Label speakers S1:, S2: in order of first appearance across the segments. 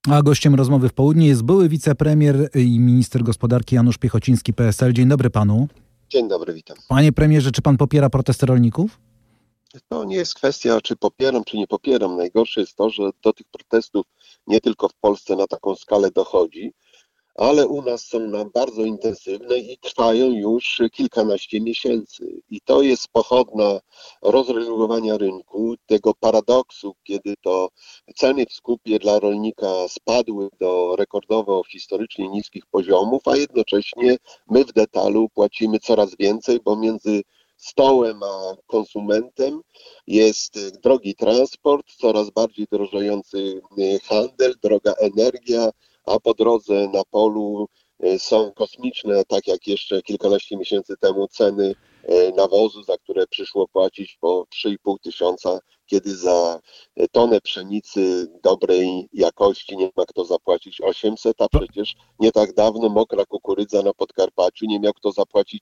S1: A gościem rozmowy w południe jest były wicepremier i minister gospodarki Janusz Piechociński, PSL. Dzień dobry panu.
S2: Dzień dobry, witam.
S1: Panie premierze, czy pan popiera protesty rolników?
S2: To nie jest kwestia, czy popieram, czy nie popieram. Najgorsze jest to, że do tych protestów nie tylko w Polsce na taką skalę dochodzi, ale u nas są bardzo intensywne i trwają już kilkanaście miesięcy. I to jest pochodna rozregulowania rynku, tego paradoksu, kiedy to ceny w skupie dla rolnika spadły do rekordowo historycznie niskich poziomów, a jednocześnie my w detalu płacimy coraz więcej, bo między stołem a konsumentem jest drogi transport, coraz bardziej drożejący handel, droga energia, a po drodze na polu są kosmiczne, tak jak jeszcze kilkanaście miesięcy temu, ceny nawozu, za które przyszło płacić po 3,5 tysiąca, kiedy za tonę pszenicy dobrej jakości nie ma kto zapłacić 800, a przecież nie tak dawno mokra kukurydza na Podkarpaciu nie miał kto zapłacić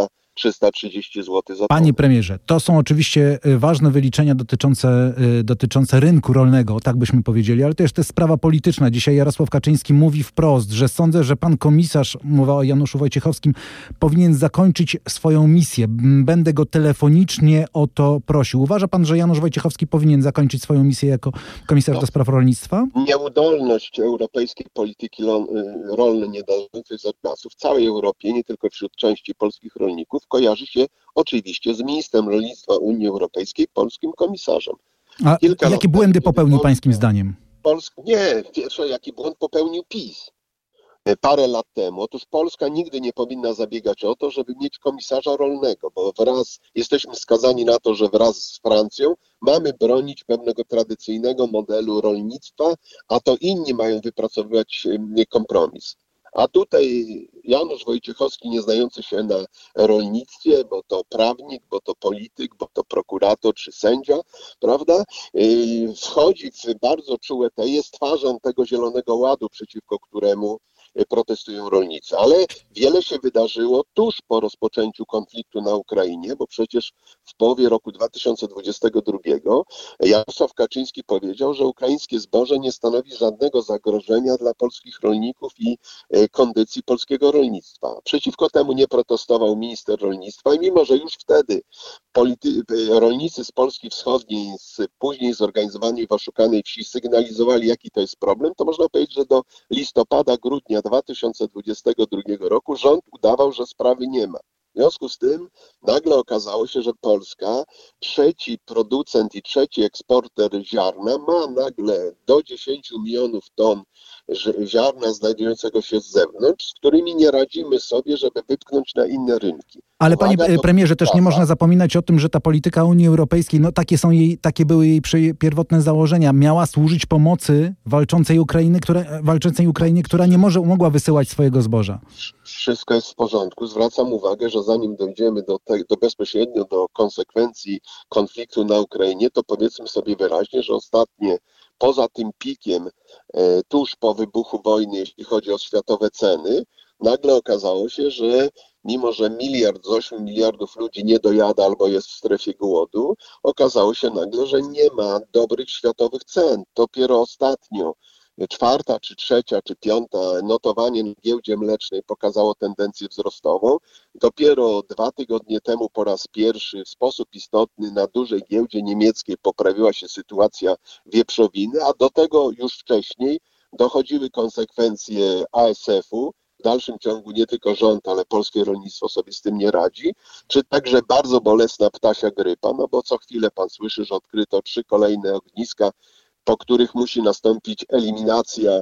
S2: 330 zł za tonę.
S1: Panie premierze, to są oczywiście ważne wyliczenia dotyczące rynku rolnego, tak byśmy powiedzieli, ale to jest sprawa polityczna. Dzisiaj Jarosław Kaczyński mówi wprost, że sądzę, że pan komisarz, mowa o Januszu Wojciechowskim, powinien zakończyć swoją misję. Będę go telefonicznie o to prosił. Uważa pan, że Janusz Wojciechowski powinien zakończyć swoją misję jako komisarz do spraw rolnictwa?
S2: Nieudolność europejskiej polityki rolnej niedającej zakresu w całej Europie, nie tylko wśród części polskich rolników, kojarzy się oczywiście z ministrem rolnictwa Unii Europejskiej, polskim komisarzem.
S1: A jakie błędy popełnił pańskim zdaniem?
S2: Pierwsze, jaki błąd popełnił PiS parę lat temu. Otóż Polska nigdy nie powinna zabiegać o to, żeby mieć komisarza rolnego, bo jesteśmy skazani na to, że wraz z Francją mamy bronić pewnego tradycyjnego modelu rolnictwa, a to inni mają wypracowywać kompromis. A tutaj Janusz Wojciechowski, nie znający się na rolnictwie, bo to prawnik, bo to polityk, bo to prokurator czy sędzia, prawda, wchodzi w bardzo czułe jest twarzą tego Zielonego Ładu, przeciwko któremu protestują rolnicy. Ale wiele się wydarzyło tuż po rozpoczęciu konfliktu na Ukrainie, bo przecież w połowie roku 2022 Jarosław Kaczyński powiedział, że ukraińskie zboże nie stanowi żadnego zagrożenia dla polskich rolników i kondycji polskiego rolnictwa. Przeciwko temu nie protestował minister rolnictwa i mimo, że już wtedy rolnicy z Polski Wschodniej, z później zorganizowanej w oszukanej wsi sygnalizowali, jaki to jest problem, to można powiedzieć, że do listopada, grudnia 2022 roku rząd udawał, że sprawy nie ma. W związku z tym nagle okazało się, że Polska, trzeci producent i trzeci eksporter ziarna, ma nagle do 10 milionów ton ziarna znajdującego się z zewnątrz, z którymi nie radzimy sobie, żeby wypchnąć na inne rynki.
S1: Ale panie premierze, też nie można zapominać o tym, że ta polityka Unii Europejskiej, takie były jej pierwotne założenia, miała służyć pomocy walczącej Ukrainie, która nie mogła wysyłać swojego zboża.
S2: Wszystko jest w porządku. Zwracam uwagę, że zanim dojdziemy bezpośrednio do konsekwencji konfliktu na Ukrainie, to powiedzmy sobie wyraźnie, że ostatnie, poza tym pikiem tuż po wybuchu wojny, jeśli chodzi o światowe ceny, nagle okazało się, że mimo, że 1 z 8 miliardów ludzi nie dojada albo jest w strefie głodu, okazało się nagle, że nie ma dobrych światowych cen. Dopiero ostatnio, 4., czy 3., czy 5. notowanie na giełdzie mlecznej pokazało tendencję wzrostową. Dopiero 2 tygodnie temu po raz pierwszy w sposób istotny na dużej giełdzie niemieckiej poprawiła się sytuacja wieprzowiny, a do tego już wcześniej dochodziły konsekwencje ASF-u. W dalszym ciągu nie tylko rząd, ale polskie rolnictwo sobie z tym nie radzi, czy także bardzo bolesna ptasia grypa, no bo co chwilę pan słyszy, że odkryto 3 kolejne ogniska, po których musi nastąpić eliminacja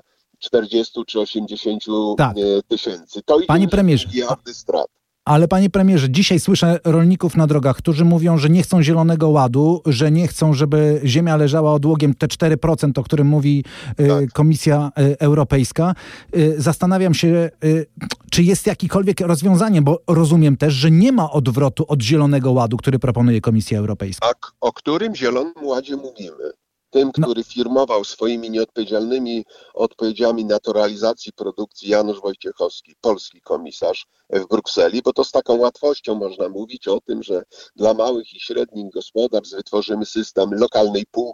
S2: 40 czy 80 tysięcy. To i miliardy strat.
S1: Ale panie premierze, dzisiaj słyszę rolników na drogach, którzy mówią, że nie chcą Zielonego Ładu, że nie chcą, żeby ziemia leżała odłogiem, te 4%, o którym mówi Komisja Europejska. Zastanawiam się, czy jest jakiekolwiek rozwiązanie, bo rozumiem też, że nie ma odwrotu od Zielonego Ładu, który proponuje Komisja Europejska.
S2: A o którym Zielonym Ładzie mówimy? Tym, który firmował swoimi nieodpowiedzialnymi odpowiedziami naturalizacji produkcji Janusz Wojciechowski, polski komisarz w Brukseli, bo to z taką łatwością można mówić o tym, że dla małych i średnich gospodarstw wytworzymy system lokalnej półki,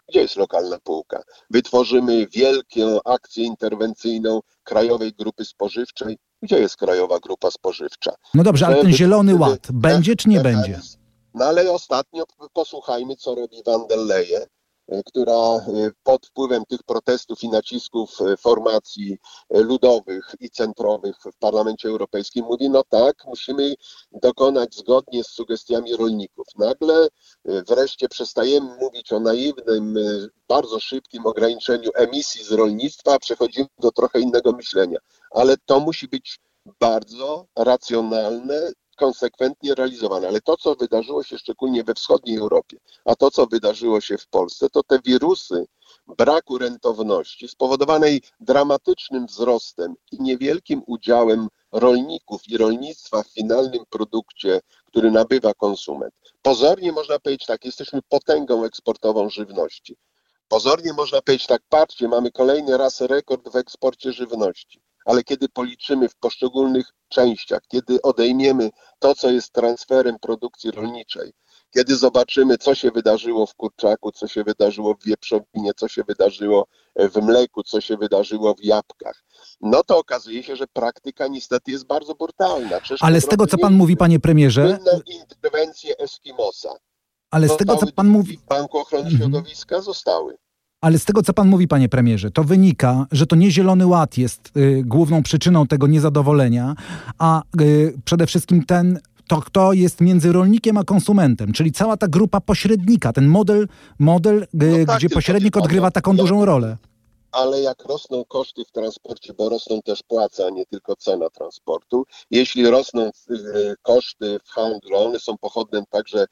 S2: Gdzie jest lokalna półka? Wytworzymy wielką akcję interwencyjną Krajowej Grupy Spożywczej. Gdzie jest Krajowa Grupa Spożywcza?
S1: No dobrze, ale ten Zielony Ład będzie czy nie będzie?
S2: No ale ostatnio posłuchajmy, co robi van der Leyen, która pod wpływem tych protestów i nacisków formacji ludowych i centrowych w Parlamencie Europejskim mówi, no tak, musimy dokonać zgodnie z sugestiami rolników. Nagle wreszcie przestajemy mówić o naiwnym, bardzo szybkim ograniczeniu emisji z rolnictwa, a przechodzimy do trochę innego myślenia. Ale to musi być bardzo racjonalne, konsekwentnie realizowane. Ale to, co wydarzyło się szczególnie we wschodniej Europie, a to, co wydarzyło się w Polsce, to te wirusy braku rentowności spowodowanej dramatycznym wzrostem i niewielkim udziałem rolników i rolnictwa w finalnym produkcie, który nabywa konsument. Pozornie można powiedzieć tak, jesteśmy potęgą eksportową żywności. Pozornie można powiedzieć tak, patrzcie, mamy kolejny raz rekord w eksporcie żywności. Ale kiedy policzymy w poszczególnych częściach, kiedy odejmiemy to, co jest transferem produkcji rolniczej, kiedy zobaczymy, co się wydarzyło w kurczaku, co się wydarzyło w wieprzowinie, co się wydarzyło w mleku, co się wydarzyło w jabłkach, no to okazuje się, że praktyka niestety jest bardzo brutalna.
S1: Ale z tego, co pan mówi, panie premierze...
S2: interwencje Eskimosa.
S1: Ale z tego, co pan mówi...
S2: W Banku Ochrony Środowiska zostały.
S1: Ale z tego, co pan mówi, panie premierze, to wynika, że to nie Zielony Ład jest główną przyczyną tego niezadowolenia, a przede wszystkim kto jest między rolnikiem a konsumentem, czyli cała ta grupa pośrednika, ten model, tak, gdzie pośrednik odgrywa taką dużą rolę.
S2: Ale jak rosną koszty w transporcie, bo rosną też płace, a nie tylko cena transportu, jeśli rosną koszty w handlu, one są pochodne także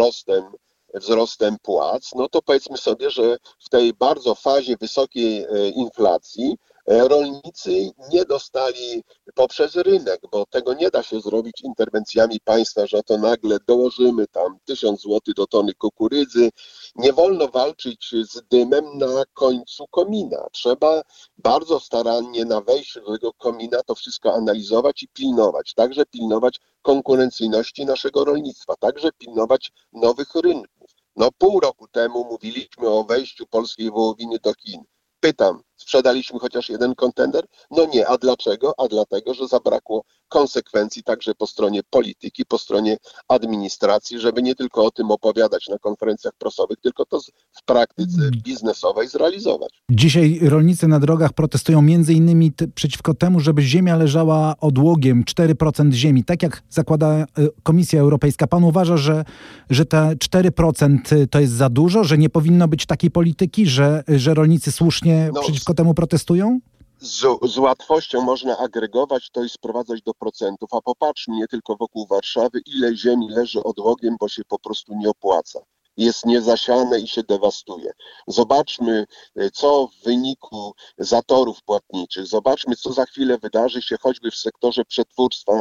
S2: wzrostem płac, no to powiedzmy sobie, że w tej bardzo fazie wysokiej inflacji rolnicy nie dostali poprzez rynek, bo tego nie da się zrobić interwencjami państwa, że to nagle dołożymy tam 1000 zł do tony kukurydzy. Nie wolno walczyć z dymem na końcu komina. Trzeba bardzo starannie na wejściu do tego komina to wszystko analizować i pilnować. Także pilnować konkurencyjności naszego rolnictwa, także pilnować nowych rynków. No pół roku temu mówiliśmy o wejściu polskiej wołowiny do Chin. Pytam, sprzedaliśmy chociaż jeden kontener? No nie, a dlaczego? A dlatego, że zabrakło konsekwencji także po stronie polityki, po stronie administracji, żeby nie tylko o tym opowiadać na konferencjach prasowych, tylko to w praktyce biznesowej zrealizować.
S1: Dzisiaj rolnicy na drogach protestują między innymi przeciwko temu, żeby ziemia leżała odłogiem 4% ziemi, tak jak zakłada Komisja Europejska. Pan uważa, że te 4% to jest za dużo, że nie powinno być takiej polityki, że rolnicy słusznie przeciwko temu protestują?
S2: Z łatwością można agregować to i sprowadzać do procentów, a popatrzmy nie tylko wokół Warszawy, ile ziemi leży odłogiem, bo się po prostu nie opłaca. Jest niezasiane i się dewastuje. Zobaczmy, co w wyniku zatorów płatniczych, zobaczmy, co za chwilę wydarzy się choćby w sektorze przetwórstwa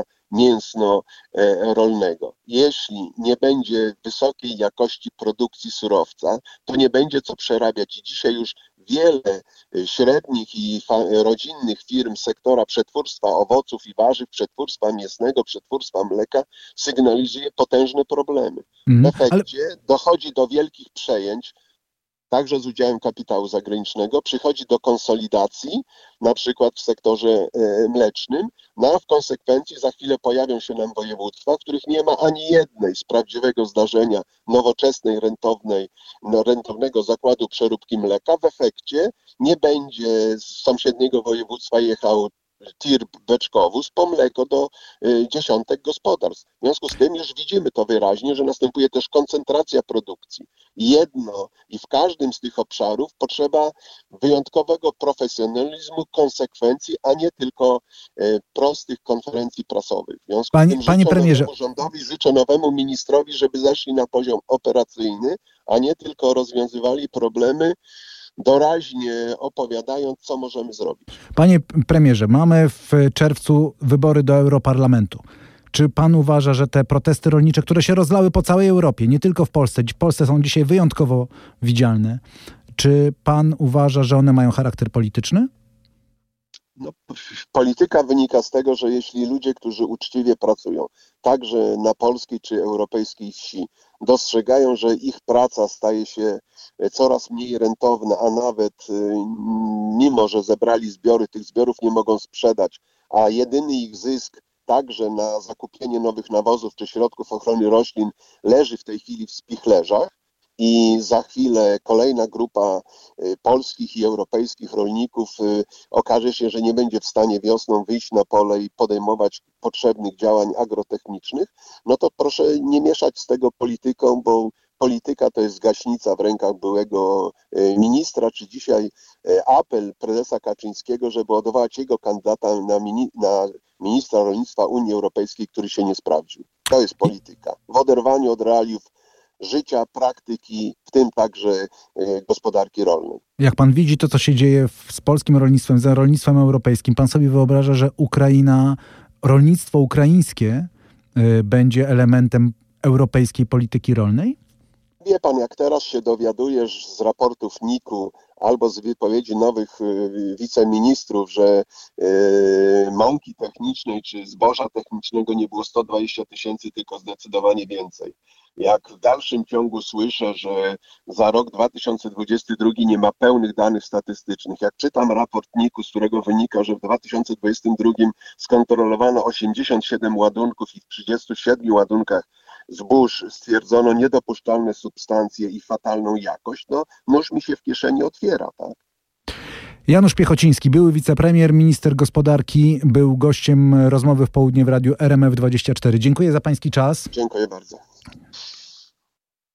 S2: mięsno-rolnego. Jeśli nie będzie wysokiej jakości produkcji surowca, to nie będzie co przerabiać i dzisiaj już wiele średnich i rodzinnych firm sektora przetwórstwa owoców i warzyw, przetwórstwa mięsnego, przetwórstwa mleka sygnalizuje potężne problemy. W efekcie dochodzi do wielkich przejęć, także z udziałem kapitału zagranicznego, przychodzi do konsolidacji, na przykład w sektorze mlecznym, no a w konsekwencji za chwilę pojawią się nam województwa, w których nie ma ani jednej z prawdziwego zdarzenia nowoczesnej, rentownego zakładu przeróbki mleka. W efekcie nie będzie z sąsiedniego województwa jechał tir beczkowóz po mleko do dziesiątek gospodarstw. W związku z tym już widzimy to wyraźnie, że następuje też koncentracja produkcji. I w każdym z tych obszarów potrzeba wyjątkowego profesjonalizmu, konsekwencji, a nie tylko prostych konferencji prasowych. W związku z tym
S1: panie premierze,
S2: nowemu rządowi, życzę nowemu ministrowi, żeby zeszli na poziom operacyjny, a nie tylko rozwiązywali problemy, doraźnie opowiadając, co możemy zrobić.
S1: Panie premierze, mamy w czerwcu wybory do Europarlamentu. Czy pan uważa, że te protesty rolnicze, które się rozlały po całej Europie, nie tylko w Polsce są dzisiaj wyjątkowo widzialne, czy pan uważa, że one mają charakter polityczny?
S2: No, polityka wynika z tego, że jeśli ludzie, którzy uczciwie pracują, także na polskiej czy europejskiej wsi, dostrzegają, że ich praca staje się coraz mniej rentowna, a nawet mimo, że zebrali zbiory, tych zbiorów nie mogą sprzedać, a jedyny ich zysk także na zakupienie nowych nawozów czy środków ochrony roślin leży w tej chwili w spichlerzach, i za chwilę kolejna grupa polskich i europejskich rolników okaże się, że nie będzie w stanie wiosną wyjść na pole i podejmować potrzebnych działań agrotechnicznych, no to proszę nie mieszać z tego polityką, bo polityka to jest gaśnica w rękach byłego ministra, czy dzisiaj apel prezesa Kaczyńskiego, żeby odwołać jego kandydata na ministra rolnictwa Unii Europejskiej, który się nie sprawdził. To jest polityka. W oderwaniu od realiów życia, praktyki, w tym także gospodarki rolnej.
S1: Jak pan widzi to, co się dzieje z polskim rolnictwem, z rolnictwem europejskim, pan sobie wyobraża, że rolnictwo ukraińskie będzie elementem europejskiej polityki rolnej?
S2: Wie pan, jak teraz się dowiadujesz z raportów NIK-u albo z wypowiedzi nowych wiceministrów, że mąki technicznej czy zboża technicznego nie było 120 000, tylko zdecydowanie więcej. Jak w dalszym ciągu słyszę, że za rok 2022 nie ma pełnych danych statystycznych, jak czytam raport NIK-u, z którego wynika, że w 2022 skontrolowano 87 ładunków i w 37 ładunkach zbóż stwierdzono niedopuszczalne substancje i fatalną jakość, no nóż mi się w kieszeni otwiera, tak?
S1: Janusz Piechociński, były wicepremier, minister gospodarki, był gościem rozmowy w południe w radiu RMF24. Dziękuję za pański czas.
S2: Dziękuję bardzo.